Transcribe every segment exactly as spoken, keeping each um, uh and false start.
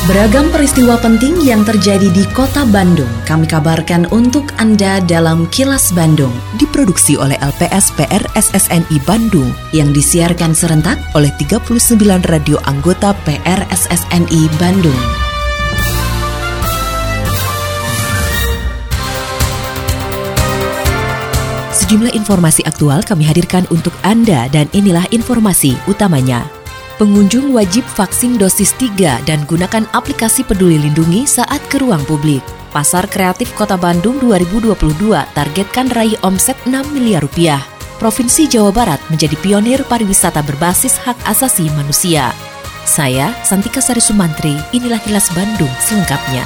Beragam peristiwa penting yang terjadi di Kota Bandung kami kabarkan untuk Anda dalam Kilas Bandung. Diproduksi oleh L P S P R S S N I Bandung yang disiarkan serentak oleh tiga puluh sembilan radio anggota P R S S N I Bandung. Sejumlah informasi aktual kami hadirkan untuk Anda dan inilah informasi utamanya. Pengunjung wajib vaksin dosis tiga dan gunakan aplikasi Peduli Lindungi saat ke ruang publik. Pasar Kreatif Kota Bandung dua ribu dua puluh dua targetkan raih omset enam miliar rupiah. Provinsi Jawa Barat menjadi pionir pariwisata berbasis hak asasi manusia. Saya, Santika Sari Sumantri, inilah Kilas Bandung selengkapnya.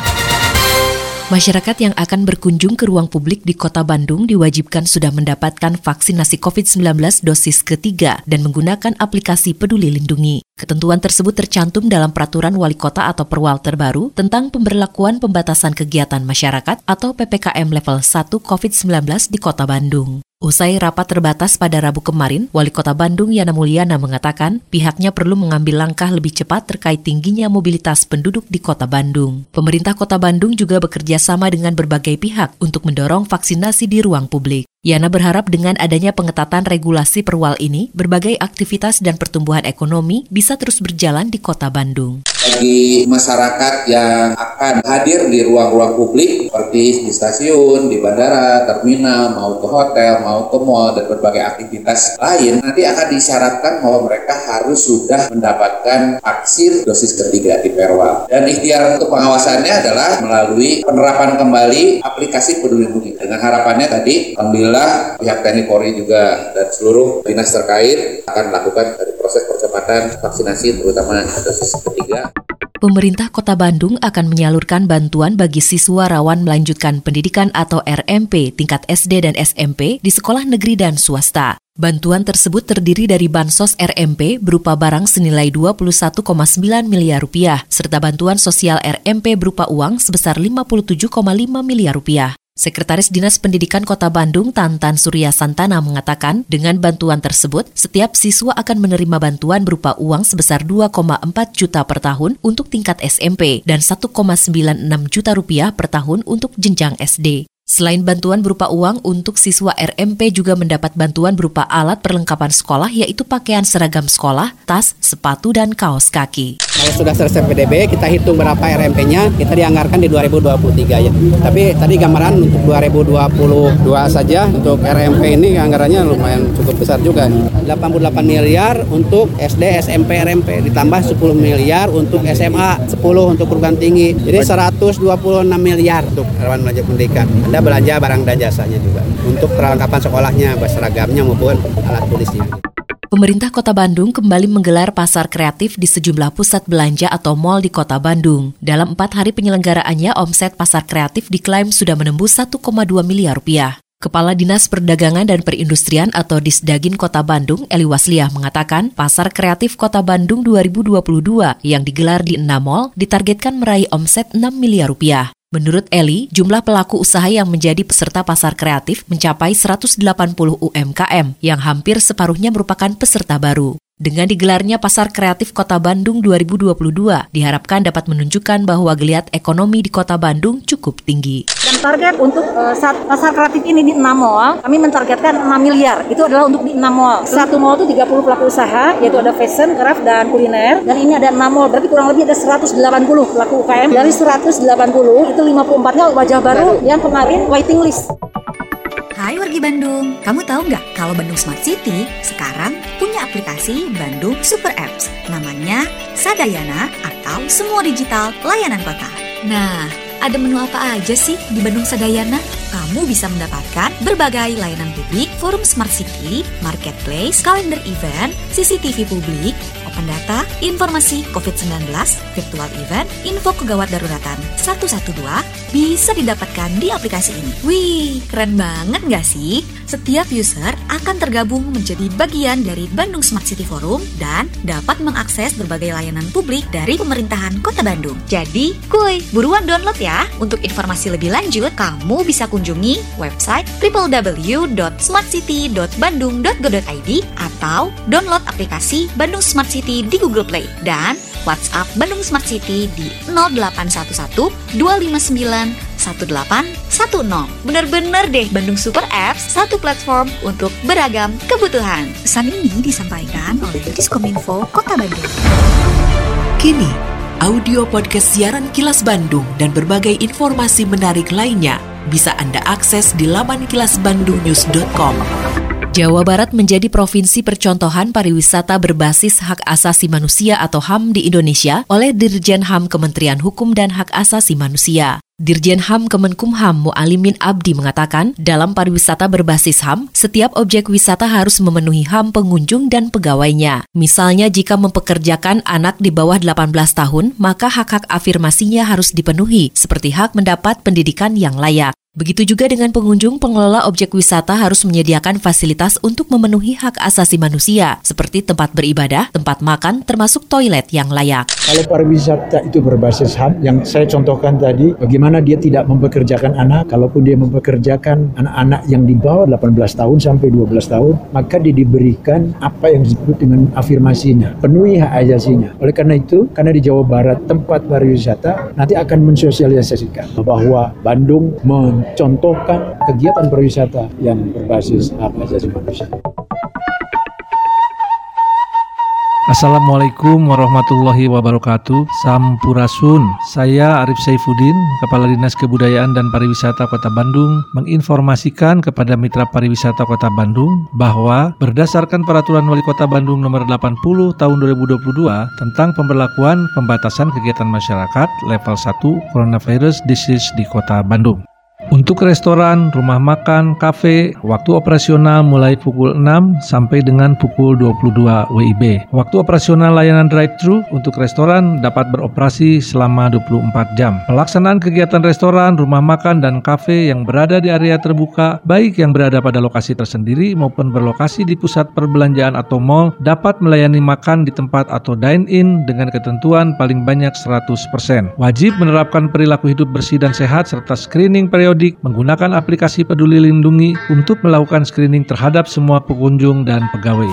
Masyarakat yang akan berkunjung ke ruang publik di Kota Bandung diwajibkan sudah mendapatkan vaksinasi covid sembilan belas dosis ketiga dan menggunakan aplikasi Peduli Lindungi. Ketentuan tersebut tercantum dalam Peraturan Wali Kota atau Perwal terbaru tentang pemberlakuan pembatasan kegiatan masyarakat atau P P K M level satu covid sembilan belas di Kota Bandung. Usai rapat terbatas pada Rabu kemarin, Wali Kota Bandung Yana Mulyana mengatakan pihaknya perlu mengambil langkah lebih cepat terkait tingginya mobilitas penduduk di Kota Bandung. Pemerintah Kota Bandung juga bekerja sama dengan berbagai pihak untuk mendorong vaksinasi di ruang publik. Yana berharap dengan adanya pengetatan regulasi perwal ini, berbagai aktivitas dan pertumbuhan ekonomi bisa terus berjalan di Kota Bandung. Bagi masyarakat yang akan hadir di ruang-ruang publik seperti di stasiun, di bandara, terminal, mau ke hotel, mau ke mall, dan berbagai aktivitas lain, nanti akan disyaratkan bahwa mereka harus sudah mendapatkan vaksin dosis ketiga di perwal. Dan ikhtiar untuk pengawasannya adalah melalui penerapan kembali aplikasi Peduli Lindungi. Dengan harapannya tadi, alhamdulillah pihak T N I Polri juga dan seluruh dinas terkait akan melakukan dari proses percepatan vaksinasi terutama dosis ketiga. Pemerintah Kota Bandung akan menyalurkan bantuan bagi siswa rawan melanjutkan pendidikan atau R M P tingkat S D dan S M P di sekolah negeri dan swasta. Bantuan tersebut terdiri dari bansos R M P berupa barang senilai dua puluh satu koma sembilan miliar rupiah, serta bantuan sosial R M P berupa uang sebesar lima puluh tujuh koma lima miliar rupiah. Sekretaris Dinas Pendidikan Kota Bandung Tantan Surya Santana mengatakan dengan bantuan tersebut, setiap siswa akan menerima bantuan berupa uang sebesar dua koma empat juta per tahun untuk tingkat S M P dan satu koma sembilan enam juta rupiah per tahun untuk jenjang S D. Selain bantuan berupa uang, untuk siswa R M P juga mendapat bantuan berupa alat perlengkapan sekolah yaitu pakaian seragam sekolah, tas, sepatu, dan kaos kaki. Kalau sudah selesai P D B, kita hitung berapa R M P-nya, kita dianggarkan di dua ribu dua puluh tiga ya. Tapi tadi gambaran untuk dua ribu dua puluh dua saja, untuk R M P ini anggarannya lumayan cukup besar juga. delapan puluh delapan miliar untuk S D, S M P, R M P, ditambah sepuluh miliar untuk S M A, sepuluh untuk perguruan tinggi. Jadi seratus dua puluh enam miliar untuk relawan belajar pendidikan. Anda belanja barang dan jasanya juga untuk perlengkapan sekolahnya, seragamnya maupun alat tulisnya. Pemerintah Kota Bandung kembali menggelar pasar kreatif di sejumlah pusat belanja atau mal di Kota Bandung. Dalam empat hari penyelenggaraannya, omset pasar kreatif diklaim sudah menembus satu koma dua miliar rupiah. Kepala Dinas Perdagangan dan Perindustrian atau Disdagin Kota Bandung, Eli Wasliah mengatakan, Pasar Kreatif Kota Bandung dua ribu dua puluh dua yang digelar di enam mal ditargetkan meraih omset enam miliar rupiah. Menurut Eli, jumlah pelaku usaha yang menjadi peserta pasar kreatif mencapai seratus delapan puluh U M K M, yang hampir separuhnya merupakan peserta baru. Dengan digelarnya Pasar Kreatif Kota Bandung dua ribu dua puluh dua, diharapkan dapat menunjukkan bahwa geliat ekonomi di Kota Bandung cukup tinggi. Dan target untuk uh, saat pasar kreatif ini di enam mall, kami mentargetkan enam miliar. Itu adalah untuk di enam mall. Satu mall itu tiga puluh pelaku usaha, yaitu ada fashion, craft, dan kuliner. Dan ini ada enam mall, berarti kurang lebih ada seratus delapan puluh pelaku U K M. Dari seratus delapan puluh, itu lima puluh empatnya wajah baru yang kemarin waiting list. Hai wargi Bandung, kamu tahu nggak kalau Bandung Smart City sekarang punya aplikasi Bandung Super Apps, namanya Sadayana atau Semua Digital Layanan Kota. Nah, ada menu apa aja sih di Bandung Sadayana? Kamu bisa mendapatkan berbagai layanan publik, forum Smart City, marketplace, kalender event, C C T V publik, open data, informasi covid sembilan belas, virtual event, info kegawat daruratan satu satu dua bisa didapatkan di aplikasi ini. Wih, keren banget nggak sih? Setiap user akan tergabung menjadi bagian dari Bandung Smart City Forum dan dapat mengakses berbagai layanan publik dari pemerintahan Kota Bandung. Jadi, kuy, buruan download ya. Untuk informasi lebih lanjut, kamu bisa kunjungi website w w w dot smart city dot bandung dot go dot i d atau download aplikasi Bandung Smart City di Google Play dan WhatsApp Bandung Smart City di nol delapan satu satu dua lima sembilan satu delapan satu nol. Bener-bener deh, Bandung Super Apps, satu platform untuk beragam kebutuhan. Pesan ini disampaikan oleh Diskominfo Kota Bandung. Kini, audio podcast siaran Kilas Bandung dan berbagai informasi menarik lainnya bisa Anda akses di laman kilas bandung news dot com. Jawa Barat menjadi provinsi percontohan pariwisata berbasis hak asasi manusia atau H A M di Indonesia oleh Dirjen H A M Kementerian Hukum dan Hak Asasi Manusia. Dirjen H A M Kemenkumham Mualimin Abdi mengatakan, dalam pariwisata berbasis H A M, setiap objek wisata harus memenuhi H A M pengunjung dan pegawainya. Misalnya jika mempekerjakan anak di bawah delapan belas tahun, maka hak-hak afirmasinya harus dipenuhi, seperti hak mendapat pendidikan yang layak. Begitu juga dengan pengunjung, pengelola objek wisata harus menyediakan fasilitas untuk memenuhi hak asasi manusia, seperti tempat beribadah, tempat makan, termasuk toilet yang layak. Kalau pariwisata itu berbasis H A M, yang saya contohkan tadi, bagaimana dia tidak mempekerjakan anak, kalaupun dia mempekerjakan anak-anak yang di bawah delapan belas tahun sampai dua belas tahun, maka dia diberikan apa yang disebut dengan afirmasinya, penuhi hak asasinya. Oleh karena itu, karena di Jawa Barat tempat pariwisata nanti akan mensosialisasikan bahwa Bandung men contohkan kegiatan pariwisata yang berbasis hak asasi manusia. Assalamualaikum warahmatullahi wabarakatuh. Sampurasun. Saya Arif Saifuddin, Kepala Dinas Kebudayaan dan Pariwisata Kota Bandung, menginformasikan kepada Mitra Pariwisata Kota Bandung bahwa berdasarkan Peraturan Wali Kota Bandung Nomor delapan puluh Tahun dua ribu dua puluh dua tentang pemberlakuan pembatasan kegiatan masyarakat level satu Coronavirus Disease di Kota Bandung. Untuk restoran, rumah makan, kafe, waktu operasional mulai pukul enam sampai dengan pukul dua puluh dua W I B. Waktu operasional layanan drive-thru untuk restoran dapat beroperasi selama dua puluh empat jam. Pelaksanaan kegiatan restoran, rumah makan, dan kafe yang berada di area terbuka, baik yang berada pada lokasi tersendiri maupun berlokasi di pusat perbelanjaan atau mall, dapat melayani makan di tempat atau dine-in dengan ketentuan paling banyak seratus persen. Wajib menerapkan perilaku hidup bersih dan sehat serta screening periodik menggunakan aplikasi Peduli Lindungi untuk melakukan screening terhadap semua pengunjung dan pegawai.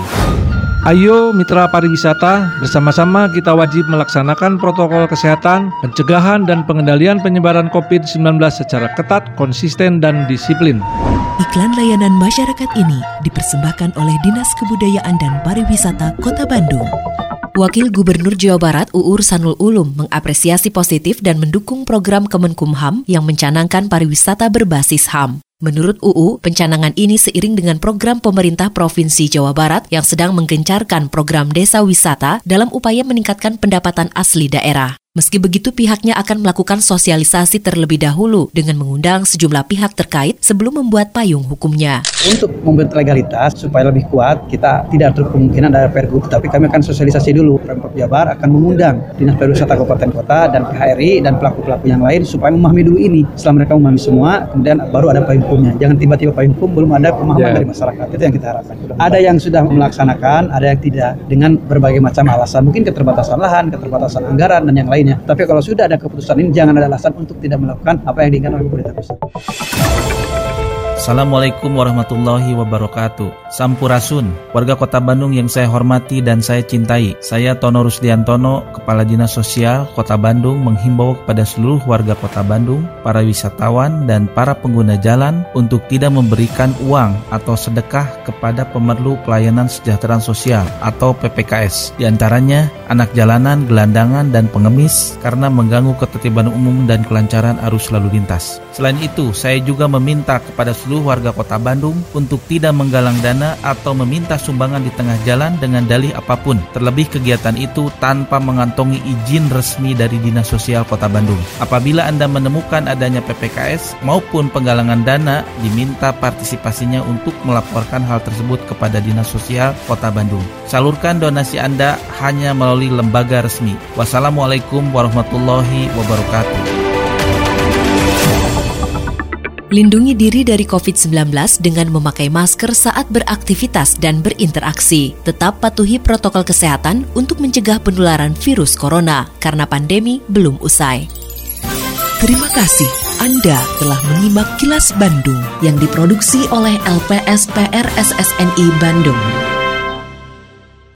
Ayo mitra pariwisata, bersama-sama kita wajib melaksanakan protokol kesehatan, pencegahan dan pengendalian penyebaran covid sembilan belas secara ketat, konsisten dan disiplin. Iklan layanan masyarakat ini dipersembahkan oleh Dinas Kebudayaan dan Pariwisata Kota Bandung. Wakil Gubernur Jawa Barat Uur Sanul Ulum mengapresiasi positif dan mendukung program Kemenkumham yang mencanangkan pariwisata berbasis H A M. Menurut U U, pencanangan ini seiring dengan program pemerintah Provinsi Jawa Barat yang sedang menggencarkan program desa wisata dalam upaya meningkatkan pendapatan asli daerah. Meski begitu, pihaknya akan melakukan sosialisasi terlebih dahulu dengan mengundang sejumlah pihak terkait sebelum membuat payung hukumnya. Untuk membuat legalitas supaya lebih kuat, kita tidak tertutup kemungkinan ada pergub, tapi kami akan sosialisasi dulu. Pemprov Jabar akan mengundang Dinas Pariwisata Kabupaten Kota dan P H R I dan pelaku-pelaku yang lain supaya memahami dulu ini. Setelah mereka memahami semua, kemudian baru ada payung hukumnya. Jangan tiba-tiba payung hukum belum ada pemahaman yeah. dari masyarakat. Itu yang kita harapkan. Ada yang sudah melaksanakan, ada yang tidak dengan berbagai macam alasan. Mungkin keterbatasan lahan, keterbatasan anggaran dan yang lain. Tapi kalau sudah ada keputusan ini, jangan ada alasan untuk tidak melakukan apa yang diinginkan oleh pemerintah pusat. Assalamualaikum warahmatullahi wabarakatuh. Sampurasun, warga Kota Bandung yang saya hormati dan saya cintai. Saya Tono Rusdiantono, Kepala Dinas Sosial Kota Bandung, menghimbau kepada seluruh warga Kota Bandung, para wisatawan dan para pengguna jalan untuk tidak memberikan uang atau sedekah kepada pemerlu pelayanan kesejahteraan sosial atau P P K S. Di antaranya anak jalanan, gelandangan, dan pengemis karena mengganggu ketertiban umum dan kelancaran arus lalu lintas. Selain itu, saya juga meminta kepada seluruh warga Kota Bandung untuk tidak menggalang dana atau meminta sumbangan di tengah jalan dengan dalih apapun, terlebih kegiatan itu tanpa mengantongi izin resmi dari Dinas Sosial Kota Bandung. Apabila Anda menemukan adanya P P K S maupun penggalangan dana, diminta partisipasinya untuk melaporkan hal tersebut kepada Dinas Sosial Kota Bandung. Salurkan donasi Anda hanya melalui lembaga resmi. Wassalamualaikum warahmatullahi wabarakatuh. Lindungi diri dari covid sembilan belas dengan memakai masker saat beraktivitas dan berinteraksi. Tetap patuhi protokol kesehatan untuk mencegah penularan virus corona, karena pandemi belum usai. Terima kasih Anda telah menyimak Kilas Bandung yang diproduksi oleh L P S P R S S N I Bandung.